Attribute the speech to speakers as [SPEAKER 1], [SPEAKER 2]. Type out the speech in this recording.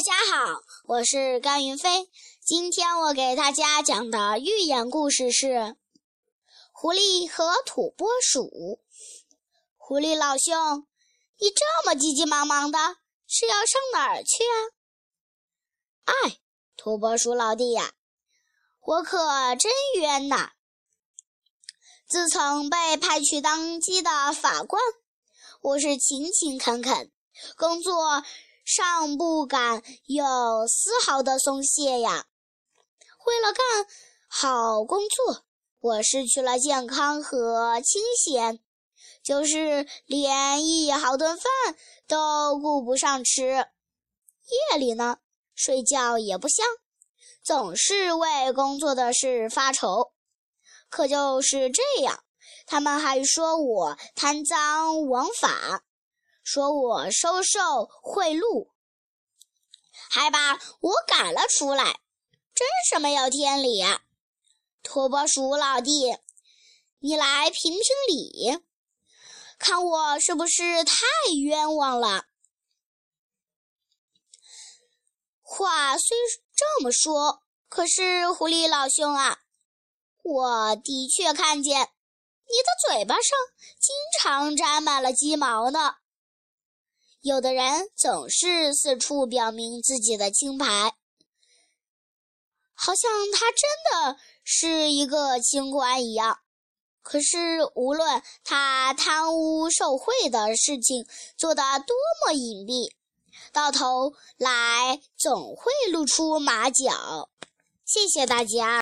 [SPEAKER 1] 大家好，我是甘云飞。今天我给大家讲的寓言故事是《狐狸和土拨鼠》。狐狸老兄，你这么急急忙忙的，是要上哪儿去啊？哎，土拨鼠老弟呀，我可真冤呐！自从被派去当鸡的法官，我是勤勤恳恳，工作尚不敢有丝毫的松懈呀。为了干好工作，我失去了健康和清闲，就是连一好顿饭都顾不上吃。夜里呢，睡觉也不香，总是为工作的事发愁。可就是这样，他们还说我贪赃枉法，说我收受贿赂，还把我赶了出来，真是没有天理啊！土拨鼠老弟，你来评评理，看我是不是太冤枉了？话虽这么说，可是狐狸老兄啊，我的确看见你的嘴巴上经常沾满了鸡毛呢。有的人总是四处表明自己的清白，好像他真的是一个清官一样。可是无论他贪污受贿的事情做得多么隐蔽，到头来总会露出马脚。谢谢大家。